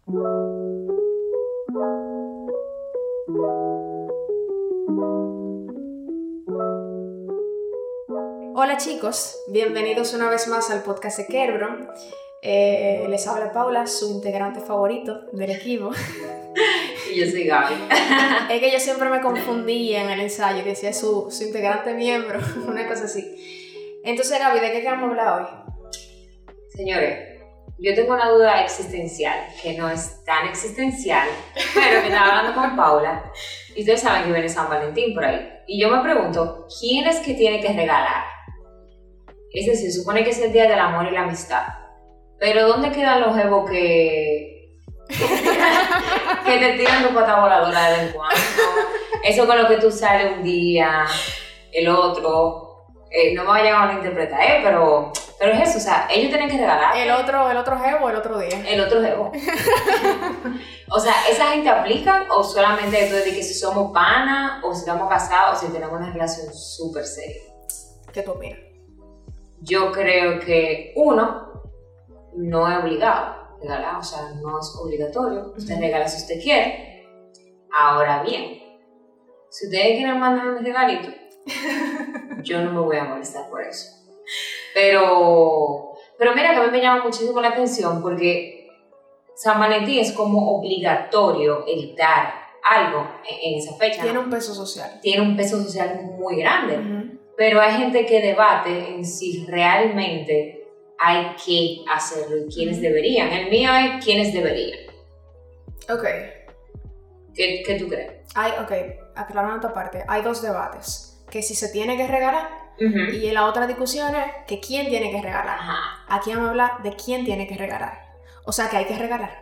Hola chicos, bienvenidos una vez más al podcast de Kerbron. Les habla Paula, su integrante favorito del equipo. Y yo soy Gaby. Es que yo siempre me confundía en el ensayo, decía su integrante miembro, una cosa así. Entonces Gaby, ¿de qué queremos hablar hoy? Señores, yo tengo una duda existencial, que no es tan existencial, pero que estaba hablando con Paula, y ustedes saben que viene San Valentín por ahí, y yo me pregunto, ¿quién es que tiene que regalar? Es decir, supone que es el día del amor y la amistad, pero ¿dónde quedan los jevos que te tiran tu pata voladora de vez en cuando? Eso con lo que tú sales un día, el otro, no me vayan a malinterpretar, pero es eso, o sea, ellos tienen que regalar. El otro jevo, el otro día. El otro jevo. O sea, ¿esa gente aplica o solamente esto de que si somos panas o si estamos casados o si tenemos una relación súper seria? ¿Qué tú opinas? Yo creo que uno, no es obligado regalar, o sea, no es obligatorio. Usted regala si usted quiere. Ahora bien, si ustedes quieren mandar un regalito, yo no me voy a molestar por eso. Pero mira que a mí me llama muchísimo la atención porque San Valentín es como obligatorio el dar algo en esa fecha. Tiene un peso social. Tiene un peso social muy grande. Uh-huh. Pero hay gente que debate en si realmente hay que hacerlo y quiénes deberían. El mío es quiénes deberían. Ok. ¿Qué tú crees? Aclarando esta parte, hay dos debates. Que si se tiene que regalar, uh-huh, y la otra discusión es que quién tiene que regalar. Ajá. Aquí vamos a hablar de quién tiene que regalar. O sea, que hay que regalar.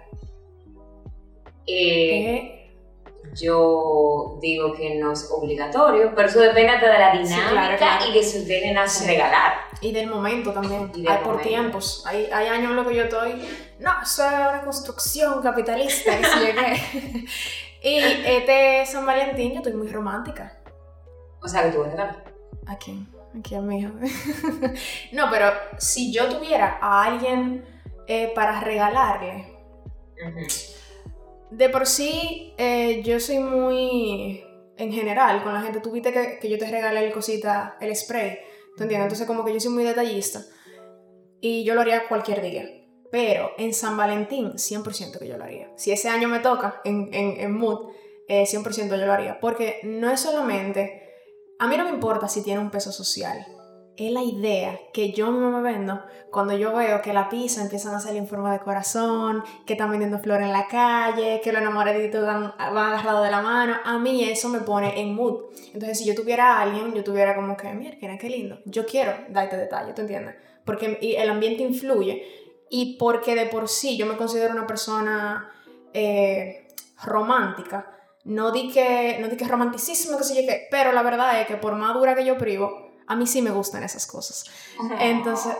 Yo digo que no es obligatorio, pero eso depende de la dinámica, sí, claro. Y de si usted le nace regalar. Y del momento también. Hay por tiempos. Hay años en los que yo estoy, no, eso es una construcción capitalista que se llegue. Y este San Valentín yo estoy muy romántica. O sea, que tú vas a regalar. ¿A quién? Aquí a mi hija. No, pero si yo tuviera a alguien para regalarle, uh-huh, de por sí yo soy muy, en general, con la gente, tú viste que yo te regalé el cosita, el spray, ¿te entiendes? Entonces como que yo soy muy detallista y yo lo haría cualquier día. Pero en San Valentín, 100% que yo lo haría. Si ese año me toca en mood, 100% yo lo haría. Porque no es solamente... A mí no me importa si tiene un peso social. Es la idea que yo mismo me vendo cuando yo veo que la pizza empiezan a salir en forma de corazón, que están vendiendo flores en la calle, que los enamoraditos van agarrados de la mano. A mí eso me pone en mood. Entonces, si yo tuviera a alguien, yo tuviera como que, mira, qué lindo. Yo quiero darte detalle, ¿tú entiendes? Porque el ambiente influye. Y porque de por sí yo me considero una persona romántica. No di que romanticismo, que sé yo qué, pero la verdad es que por más dura que yo privo, a mí sí me gustan esas cosas. Entonces,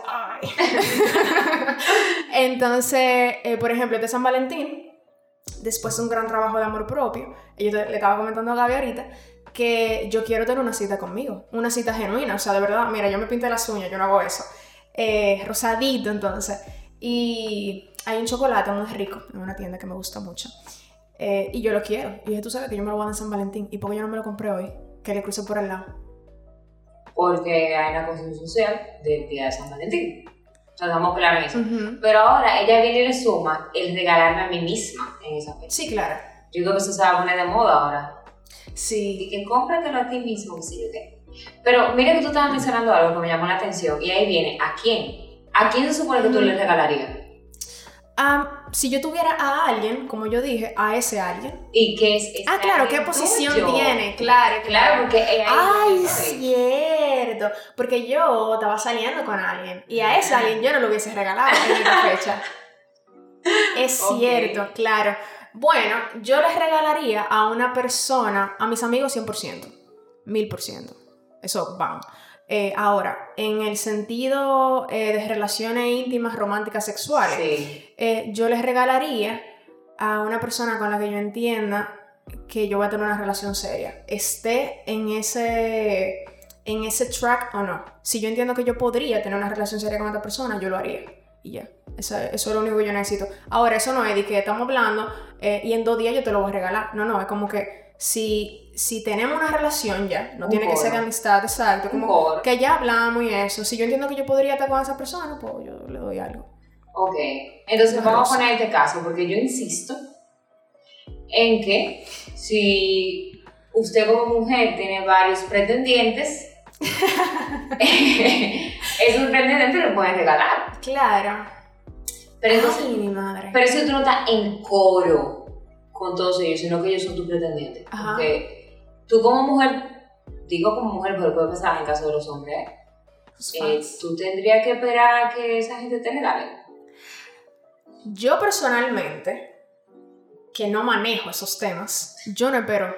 Entonces, por ejemplo, este San Valentín, después de un gran trabajo de amor propio, yo le estaba comentando a Gaby ahorita, que yo quiero tener una cita conmigo, una cita genuina, o sea, de verdad, mira, yo me pinté las uñas, yo no hago eso, rosadito entonces, y hay un chocolate muy rico en una tienda que me gusta mucho. Y yo lo quiero. Y dije, tú sabes que yo me lo voy a dar en San Valentín. ¿Y por qué yo no me lo compré hoy? Que le crucé por el lado. Porque hay una cuestión social del día de San Valentín. O sea, estamos claros en eso. Uh-huh. Pero ahora ella viene y le suma el regalarme a mí misma en esa fecha. Sí, claro. Yo creo que eso se va a poner de moda ahora. Sí. Y que cómpratelo a ti mismo, que sé yo qué. Pero mira que tú estabas mencionando algo que me llamó la atención. Y ahí viene, ¿a quién? ¿A quién se supone que tú le regalarías? Si yo tuviera a alguien, como yo dije, a ese alguien. ¿Y qué es ese claro, ¿qué posición tiene? Claro, porque cierto. Porque yo estaba saliendo con alguien y a ese alguien yo no lo hubiese regalado en esta fecha. Es cierto, claro. Bueno, yo les regalaría a una persona, a mis amigos 100%, 1000%. Eso, van. Ahora, en el sentido de relaciones íntimas, románticas, sexuales, sí, yo les regalaría a una persona con la que yo entienda que yo voy a tener una relación seria, esté en ese track o no. Si yo entiendo que yo podría tener una relación seria con esta persona, yo lo haría y ya. Eso es lo único que yo necesito. Ahora, eso no es de que estamos hablando y en 2 días yo te lo voy a regalar. No, es como que si tenemos una relación ya, no tiene que ser de amistad, exacto, como que ya hablamos y eso. Si yo entiendo que yo podría estar con esa persona, pues yo le doy algo. Ok, entonces vamos a poner este caso, porque yo insisto en que si usted como mujer tiene varios pretendientes, esos pretendientes le pueden regalar. Claro. Pero entonces, ay, mi madre. Pero si tú no estás en coro con todos ellos, sino que ellos son tus pretendientes. Ajá. Porque tú como mujer, digo como mujer, pero puede pasar en caso de los hombres, tú tendrías que esperar a que esa gente te regale. Yo personalmente, que no manejo esos temas, yo no espero.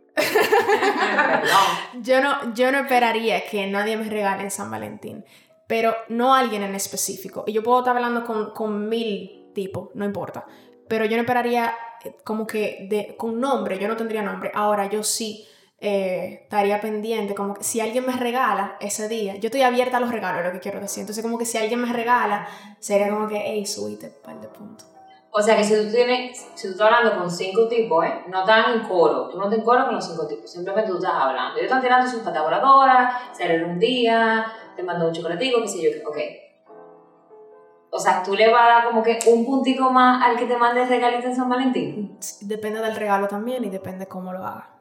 yo no esperaría que nadie me regale en San Valentín, pero no alguien en específico. Y yo puedo estar hablando con 1000 tipos, no importa. Pero yo no esperaría como que con nombre, yo no tendría nombre. Ahora yo sí estaría pendiente, como que si alguien me regala ese día, yo estoy abierta a los regalos, lo que quiero decir. Entonces como que si alguien me regala, sería como que, hey, subiste un par de puntos. O sea que si tú estás hablando con 5 tipos, no están en coro, tú no te en coro con los 5 tipos, simplemente tú estás hablando. Ellos están tirando sus patas voladoras, salen un día, te mandan un chocolatico, qué sé yo, ok. O sea, tú le vas a dar como que un puntico más al que te mande el regalito en San Valentín. Depende del regalo también y depende cómo lo haga.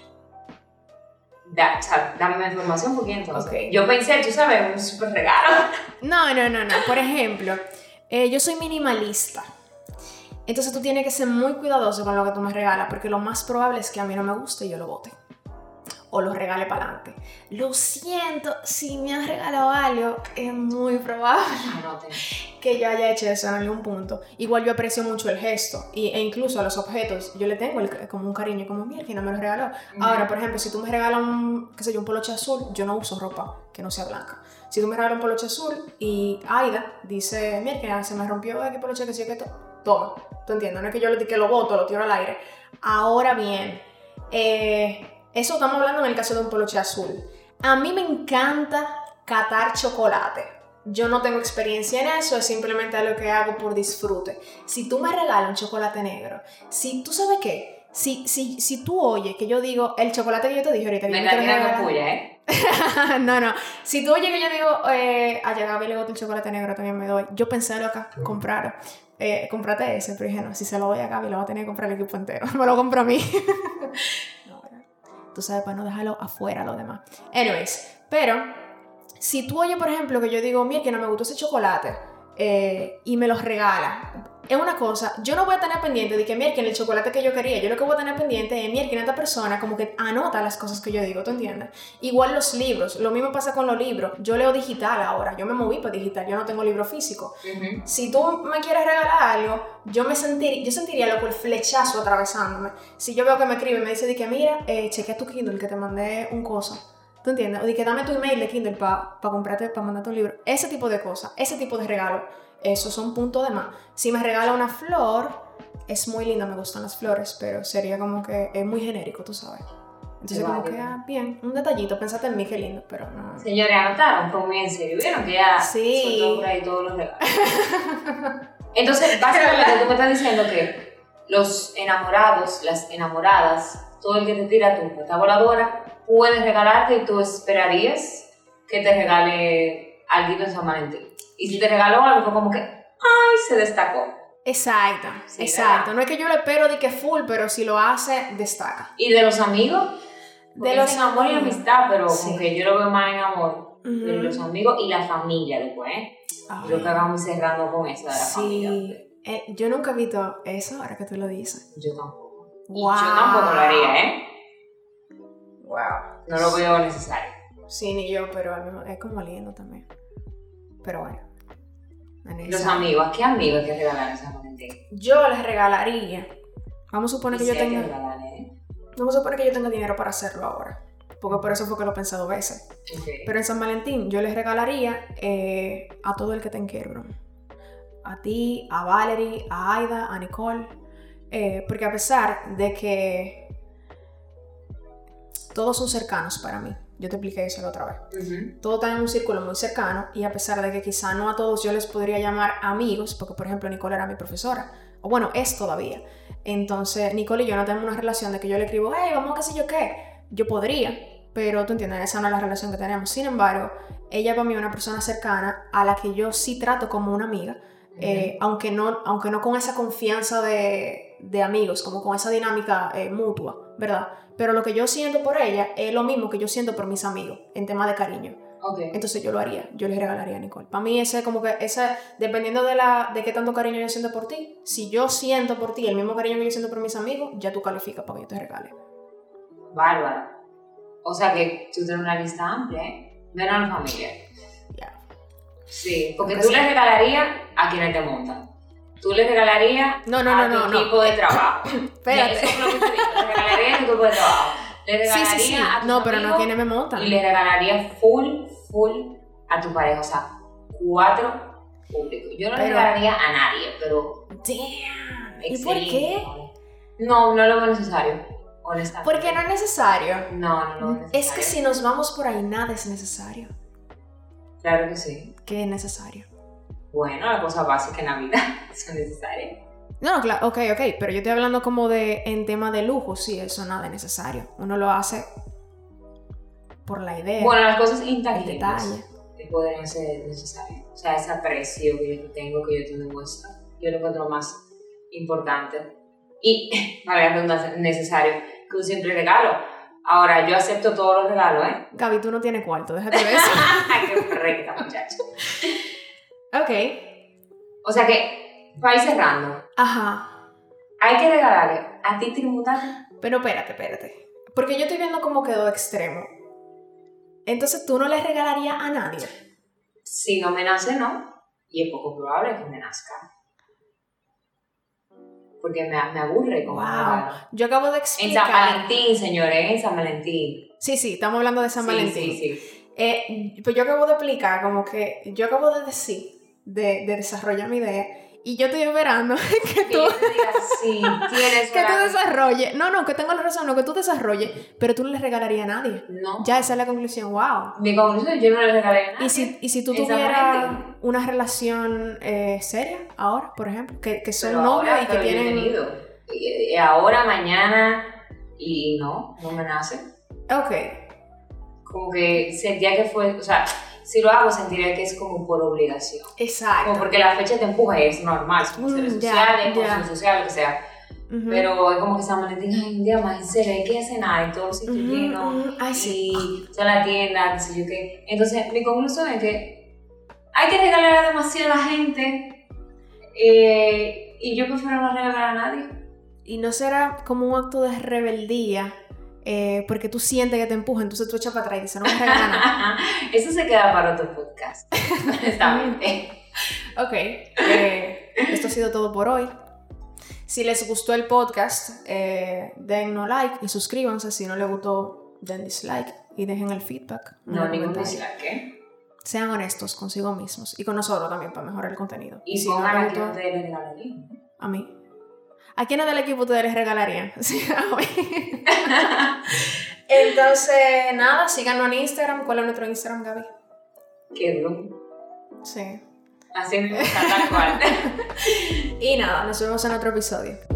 O sea, dame la información porque entonces. Okay. Yo pensé, tú sabes, un súper regalo. No. Por ejemplo, yo soy minimalista. Entonces tú tienes que ser muy cuidadoso con lo que tú me regalas, porque lo más probable es que a mí no me guste y yo lo bote. O lo regale para adelante. Lo siento, si me has regalado algo, es muy probable que yo haya hecho eso en algún punto. Igual yo aprecio mucho el gesto e incluso a los objetos. Yo le tengo como un cariño, como mira, que no me lo regaló. Ahora, por ejemplo, si tú me regalas un poloche azul, yo no uso ropa que no sea blanca. Si tú me regalas un poloche azul y Aida dice, mira, que se me rompió el poloche que sí que toma. ¿Tú entiendes? No es que yo lo boto, lo tiro al aire. Ahora bien, eso estamos hablando en el caso de un poloche azul. A mí me encanta catar chocolate. Yo no tengo experiencia en eso, es simplemente lo que hago por disfrute. Si tú me regalas un chocolate negro, si tú sabes qué, si tú oyes que yo digo el chocolate que yo te dije ahorita, me está tirando puya, no. Si tú oyes que yo digo, a Gaby le gusta el chocolate negro, también me doy. Yo pensé lo acá, comprar. Cómprate ese, pero dije, no, si se lo doy a Gaby, lo va a tener que comprar el equipo entero. Me lo compro a mí. Tú sabes, para no dejarlo afuera lo demás. Anyways, pero si tú oyes, por ejemplo, que yo digo, mira, que no me gustó ese chocolate y me los regala, es una cosa, yo no voy a tener pendiente de que, mira, que en el chocolate que yo quería, yo lo que voy a tener pendiente es, mira, que esta persona como que anota las cosas que yo digo, ¿tú entiendes? Igual los libros, lo mismo pasa con los libros. Yo leo digital ahora, yo me moví para digital, yo no tengo libro físico. Uh-huh. Si tú me quieres regalar algo, yo sentiría loco el flechazo atravesándome. Si yo veo que me escribe y me dice de que, mira, chequea tu Kindle que te mandé un coso. ¿Tú entiendes? O de que dame tu email de Kindle para mandarte un libro. Ese tipo de cosas, ese tipo de regalos, esos son puntos de más. Si me regala una flor, es muy linda, me gustan las flores, pero sería como que es muy genérico, tú sabes. Entonces como que, bien, un detallito, pensate en mí, qué lindo, pero no. Señores, anotaron, fue muy en serio, ¿vieron? Que ya soltó por ahí todos los regalos. Entonces, básicamente tú me estás diciendo que los enamorados, las enamoradas, todo el que te tira tu pata voladora, puedes regalarte y tú esperarías que te regale algo en San Valentín. Y si te regaló algo, fue como que, ¡ay! Se destacó. Exacto, sí, exacto. ¿Verdad? No es que yo lo espero de que full, pero si lo hace, destaca. ¿Y de los amigos? De los amor y amistad, pero sí, como que yo lo veo más en amor. Uh-huh. De los amigos y la familia después, Yo que vamos cerrando con eso de la familia. Yo nunca he visto eso, ahora que tú lo dices. Yo tampoco. Wow. Yo tampoco lo haría, Wow. No lo veo necesario. Sí, ni yo, pero es como lindo también. Pero bueno. Los amigos, ¿qué amigos hay que regalar esa Valentín? Yo les regalaría. Vamos a suponer que yo tenga. Vamos a suponer que yo tenga dinero para hacerlo ahora. Porque por eso fue que lo pensé 2 veces. Okay. Pero en San Valentín yo les regalaría a todo el que te quiero. A ti, a Valerie, a Aida, a Nicole. Porque a pesar de que todos son cercanos para mí. Yo te expliqué eso la otra vez. Uh-huh. Todos están en un círculo muy cercano y a pesar de que quizá no a todos yo les podría llamar amigos, porque por ejemplo Nicole era mi profesora, o bueno, es todavía. Entonces Nicole y yo no tenemos una relación de que yo le escribo, hey, vamos a qué sé yo qué. Yo podría, pero tú entiendes, esa no es la relación que tenemos. Sin embargo, ella para mí es una persona cercana a la que yo sí trato como una amiga, aunque no con esa confianza de amigos, como con esa dinámica mutua, ¿verdad? Pero lo que yo siento por ella es lo mismo que yo siento por mis amigos, en tema de cariño. Okay. Entonces yo lo haría, yo les regalaría a Nicole. Para mí dependiendo de qué tanto cariño yo siento por ti, si yo siento por ti el mismo cariño que yo siento por mis amigos, ya tú calificas para que yo te regale. Bárbaro. O sea que tú tienes una lista amplia, ¿eh? Menos la familia. Yeah. Sí, porque tú le regalarías a quienes te montan. Tú le regalarías a tu equipo de trabajo. Espérate. Eso es lo que te digo. Le regalarías a tu equipo de trabajo. Le regalaría sí. a tus no, pero no a amigos quienes me montan. Y le regalaría full a tu pareja. O sea, 4 públicos. Yo no le regalaría a nadie, pero... Damn. Excelente. ¿Y por qué? No lo veo necesario, honestamente. Porque no es necesario. No es necesario. Es que si nos vamos por ahí, nada es necesario. Claro que sí. ¿Qué es necesario? Bueno, las cosas básicas en la vida son necesarias. No, claro, ok, pero yo estoy hablando como en tema de lujo, sí, eso nada es necesario. Uno lo hace por la idea. Bueno, las cosas intangibles detalle. Podrían ser necesarias. O sea, ese aprecio que yo tengo, que yo te demuestro, yo lo encuentro más importante. Y, para la redundancia, necesario que un simple regalo. Ahora, yo acepto todos los regalos, ¿eh? Gaby, tú no tienes cuarto, déjate ver eso. Qué recta, muchacho. Ok. O sea que, para ir cerrando. Ajá. Hay que regalarle a ti tributario. Pero espérate. Porque yo estoy viendo cómo quedó extremo. Entonces, ¿tú no le regalarías a nadie? Si no me nace, no. Y es poco probable que me nazca. Porque me aburre como regalo. Yo acabo de explicar... En San Valentín, señores, en San Valentín. Sí, estamos hablando de San Valentín. Sí. Pues yo acabo de explicar, como que yo acabo de decir, de desarrollar mi idea, y yo estoy esperando que tú... yo te diga, sí, tienes que tú desarrolles. No, que tengo la razón, no, que tú desarrolles, pero tú no le regalarías a nadie. No. Ya esa es la conclusión, wow. Mi conclusión, yo no le regalé a nadie. ¿Y si tú tuvieras una relación seria ahora, por ejemplo? Que son novios y que tienen... Ahora, mañana, y no me nace. Ok. Como que sentía que fue, o sea, si lo hago sentiría que es como por obligación. Exacto. Como porque la fecha te empuja y es normal, son seres sociales, función social, lo que sea. Pero es como que San Valentín, ay, un día más, en serio, hay que hacer nada, y todo el sitio lleno, y toda la tienda, qué sé yo qué. Entonces, mi conclusión es que hay que regalar a demasiada gente, y yo prefiero no regalar a nadie. Y no será como un acto de rebeldía, porque tú sientes que te empuja, entonces tú echas para atrás y dices, no me regalas nada. Eso se queda para otro podcast, honestamente. Ok, esto ha sido todo por hoy. Si les gustó el podcast, dennos like y suscríbanse. Si no les gustó, den dislike y dejen el feedback. No, ningún dislike, ¿eh? Sean honestos consigo mismos y con nosotros también para mejorar el contenido. Y si pongan a quien ustedes les regalarían. A mí. ¿A quién del equipo ustedes les regalarían? Sí, a mí. Entonces, nada, síganos en Instagram. ¿Cuál es nuestro Instagram, Gaby? Qué grupo. Sí. Así me gusta, tal cual. Y nada, nos vemos en otro episodio.